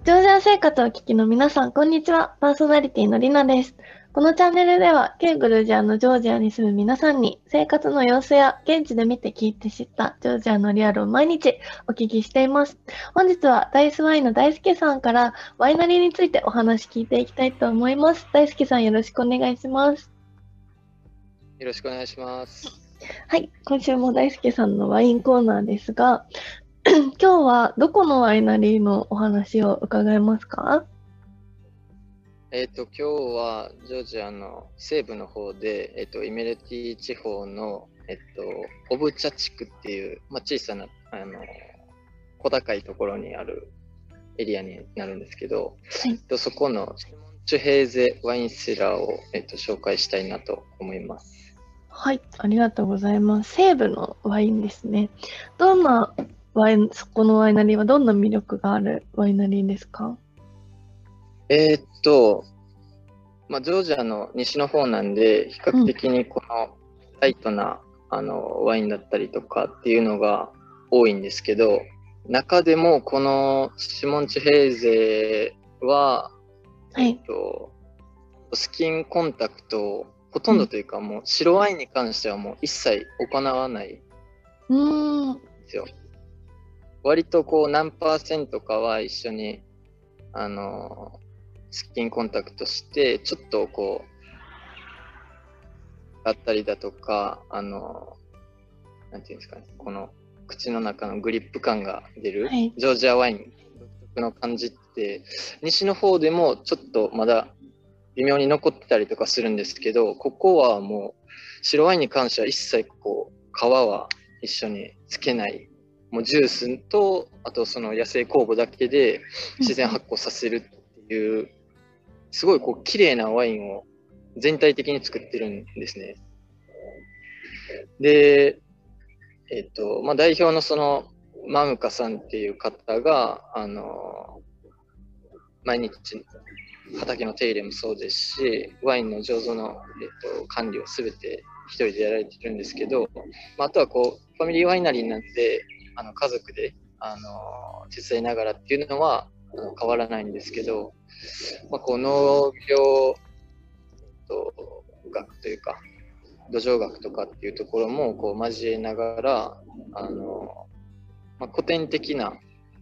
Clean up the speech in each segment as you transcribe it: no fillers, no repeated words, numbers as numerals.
ジョージア生活をお聞きの皆さん、こんにちは。パーソナリティのりなです。このチャンネルでは、ケグルジアのジョージアに住む皆さんに、生活の様子や現地で見て聞いて知ったジョージアのリアルを毎日お聞きしています。本日はダイスワインの大輔さんからワイナリーについてお話聞いていきたいと思います。大輔さんよろしくお願いします。 よろしくお願いします。 はい、今週も大輔さんのワインコーナーですが、今日はどこのワイナリーのお話を伺えますか？ 今日はジョージアの西部の方で、イメレティ地方の、オブチャ地区っていう、小さな小高いところにあるエリアになるんですけど、はい、そこのチュヘーゼワインセラーを、紹介したいなと思います。 はい、ありがとうございます。西部のワインですね。どんなそこのワイナリーはどんな魅力があるワイナリーですか？ ジョージアの西の方なんで、比較的にこのライトな、ワインだったりとかっていうのが多いんですけど、中でもこのシモンチュヘーゼは、スキンコンタクトをほとんどというか、もう白ワインに関してはもう一切行わないんですよ。割とこう何%かは一緒にスキンコンタクトしてちょっとこうだったりだとかなんていうんですかね、この口の中のグリップ感が出る、はい、ジョージアワイン独特の感じって西の方でもちょっとまだ微妙に残ってたりとかするんですけど、ここはもう白ワインに関しては一切こう皮は一緒につけない、もうジュースとあとその野生酵母だけで自然発酵させるっていう、すごいこう綺麗なワインを全体的に作ってるんですね。で、代表のそのマムカさんっていう方が毎日畑の手入れもそうですし、ワインの醸造の、管理をすべて一人でやられてるんですけど、あとはこうファミリーワイナリーなんで家族で手伝いながらっていうのは変わらないんですけど、こう農業学というか土壌学とかっていうところもこう交えながら古典的な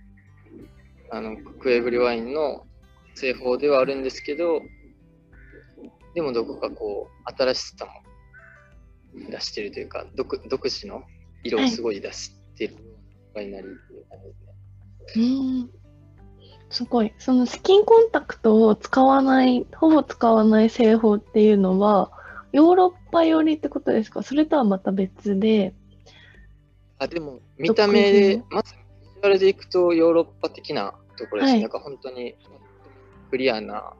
クエグリワインの製法ではあるんですけど、でもどこかこう新しさも出してるというか、独自の色をすごい出してるワイナリーっていう感じですね。 すごい。そのスキンコンタクトを使わない、ほぼ使わない製法っていうのは、ヨーロッパ寄りってことですか？それとはまた別で。 でも見た目で、まずビジュアルでいくとヨーロッパ的なところですね。なんか本当にクリアな、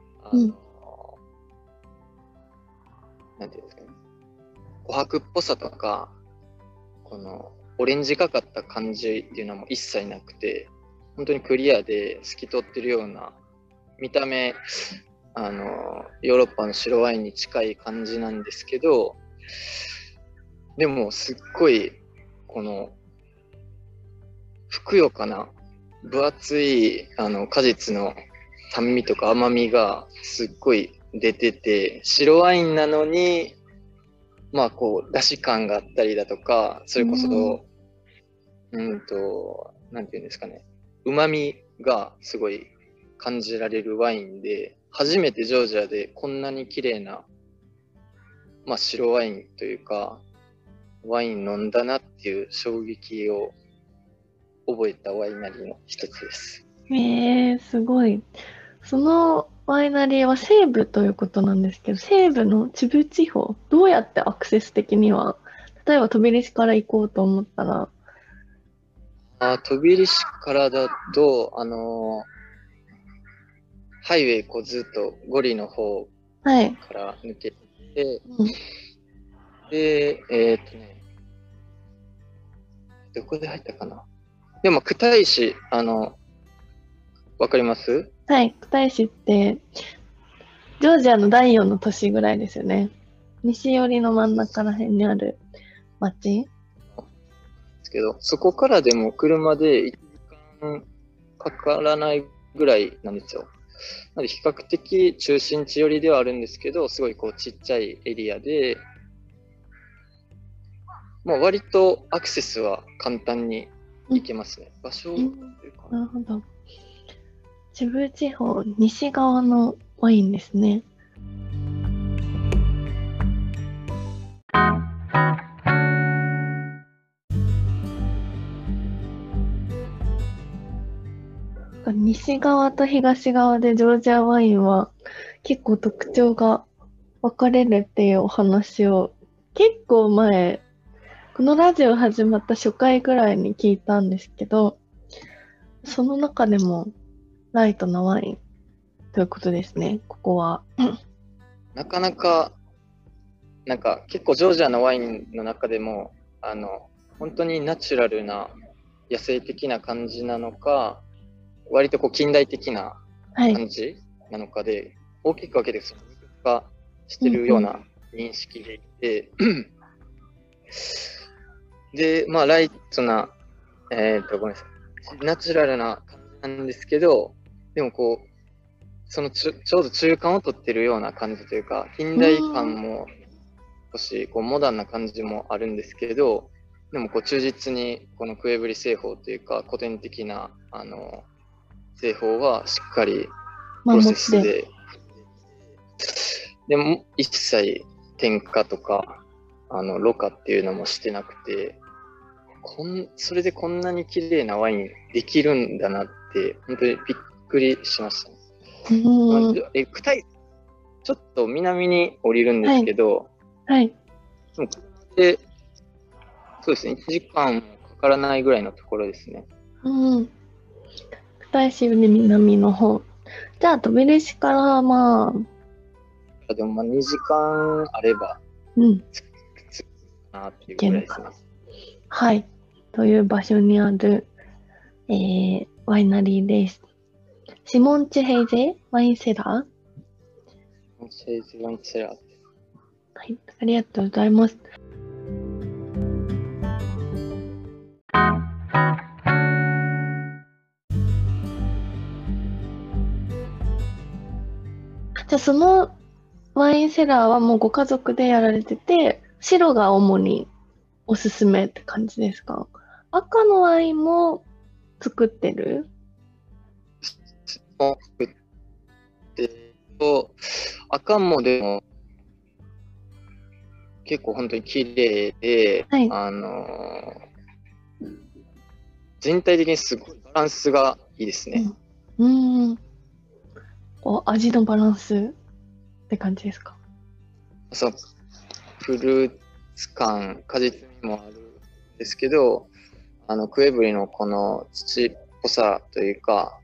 なんていうんですかね、琥珀っぽさとか、このオレンジがかった感じっていうのも一切なくて、本当にクリアで透き通ってるような見た目、ヨーロッパの白ワインに近い感じなんですけど、でもすっごいこのふくよかな分厚い果実の酸味とか甘みがすっごい出てて、白ワインなのにこう出汁感があったりだとか、それこそなんていうんですかね、旨味がすごい感じられるワインで、初めてジョージアでこんなに綺麗な白ワインというかワイン飲んだなっていう衝撃を覚えたワイナリーの一つです。 すごい。そのワイナリーは西部ということなんですけど、西部のチブ地方、どうやってアクセス的には、例えば飛び出しから行こうと思ったら。 飛び出しからだと、ハイウェイこうずっとゴリの方から抜けて、で、どこで入ったかな。でも、クタイ市、わかります？ はい、クタイ市って、ジョージアの第4の都市ぐらいですよね。西寄りの真ん中ら辺にある町ですけど、そこからでも車で1時間かからないぐらいなんですよ。なので比較的中心地寄りではあるんですけど、すごいこうちっちゃいエリアで、もう割とアクセスは簡単に行けますね。場所なるほど。中部地方、西側のワインですね。西側と東側でジョージアワインは結構特徴が分かれるっていうお話を結構前、このラジオ始まった初回ぐらいに聞いたんですけど、その中でもライトなワインということですね、ここは。 なかなか、なんか結構ジョージアのワインの中でも、本当にナチュラルな野生的な感じなのか、割とこう近代的な感じなのかで、大きく分けてその二極化してるような認識でいて、で、まあライトな、ごめんなさい、ナチュラルな感じなんですけど、でもこう、そのちょうど中間を取ってるような感じというか、近代感も少しこうモダンな感じもあるんですけど、でもこう忠実にこのクエブリ製法というか古典的な製法はしっかりプロセスで、でも一切添加とかろ過っていうのもしてなくて、それでこんなに綺麗なワインできるんだなって本当にびっくりしましたね。ちょっと南に降りるんですけど、 はい。 で、そうですね、1時間もかからないぐらいのところですね。 クタイ市より南の方。じゃあ、トビリシからでも2時間あれば、着くかなっていうぐらいですね。 はい。という場所にある、ワイナリーです。シモンチェヘイゼワインセラー？ シモンチェヘイゼワインセラー。 はい、ありがとうございます。じゃあそのワインセラーはもうご家族でやられてて、白が主におすすめって感じですか？赤のワインも作ってる？ 作って赤もでも結構本当に綺麗で、はい、全体的にすごいバランスがいいですね。 味のバランスって感じですか？ そう、フルーツ感、果実味もあるんですけど、クエブリのこの土っぽさというか、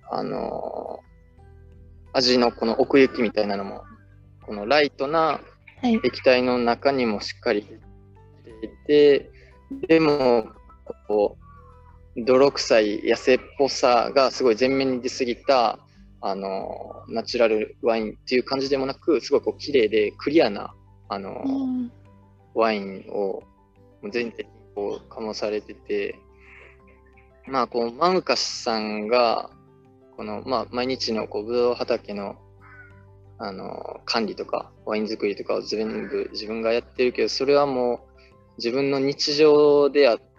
味のこの奥行きみたいなのも、このライトな液体の中にもしっかり出ていて、でもこう泥臭い野生っぽさがすごい前面に出過ぎたナチュラルワインっていう感じでもなく、すごいこう綺麗でクリアなワインを全体にこう醸されてて、まあこうマムカシさんがこの毎日のこうブドウ畑の管理とかワイン作りとかを全部自分がやってるけど、それはもう自分の日常であって、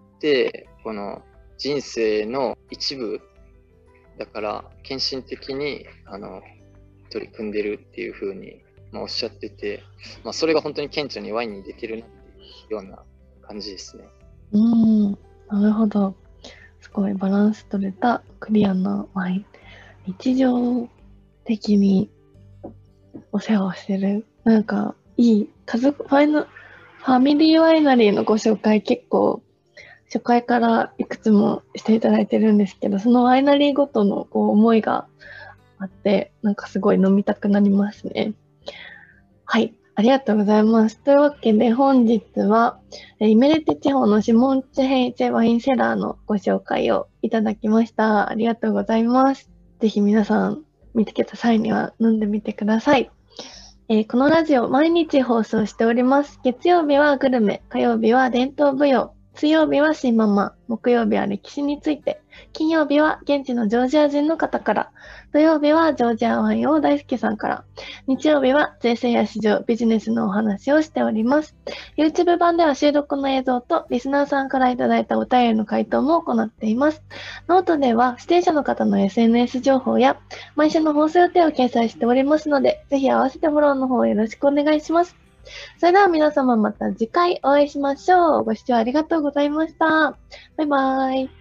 この人生の一部だから献身的に取り組んでるっていう風におっしゃってて、それが本当に顕著にワインに出てるなっていうような感じですね。 なるほど。すごいバランス取れたクリアなワイン。日常的にお世話をしてる。なんかいい家族ファミリーワイナリーのご紹介結構初回からいくつもしていただいてるんですけど、そのワイナリーごとのこう思いがあって、なんかすごい飲みたくなりますね。はい、ありがとうございます。というわけで本日はイメレテ地方のシモンチェヘイチェワインセラーのご紹介をいただきました。ありがとうございます。ぜひ皆さん見つけた際には飲んでみてください。このラジオ毎日放送しております。月曜日はグルメ、火曜日は伝統舞踊、 水曜日は新ママ、木曜日は歴史について、金曜日は現地のジョージア人の方から、土曜日はジョージアワインを大好きさんから、日曜日は税制や市場、ビジネスのお話をしております。YouTube 版では収録の映像とリスナーさんからいただいたお便りの回答も行っています。ノートでは出演者の方の SNS 情報や毎週の放送予定を掲載しておりますので、ぜひ合わせてフォローの方よろしくお願いします。それでは皆様また次回お会いしましょう。ご視聴ありがとうございました。バイバイ。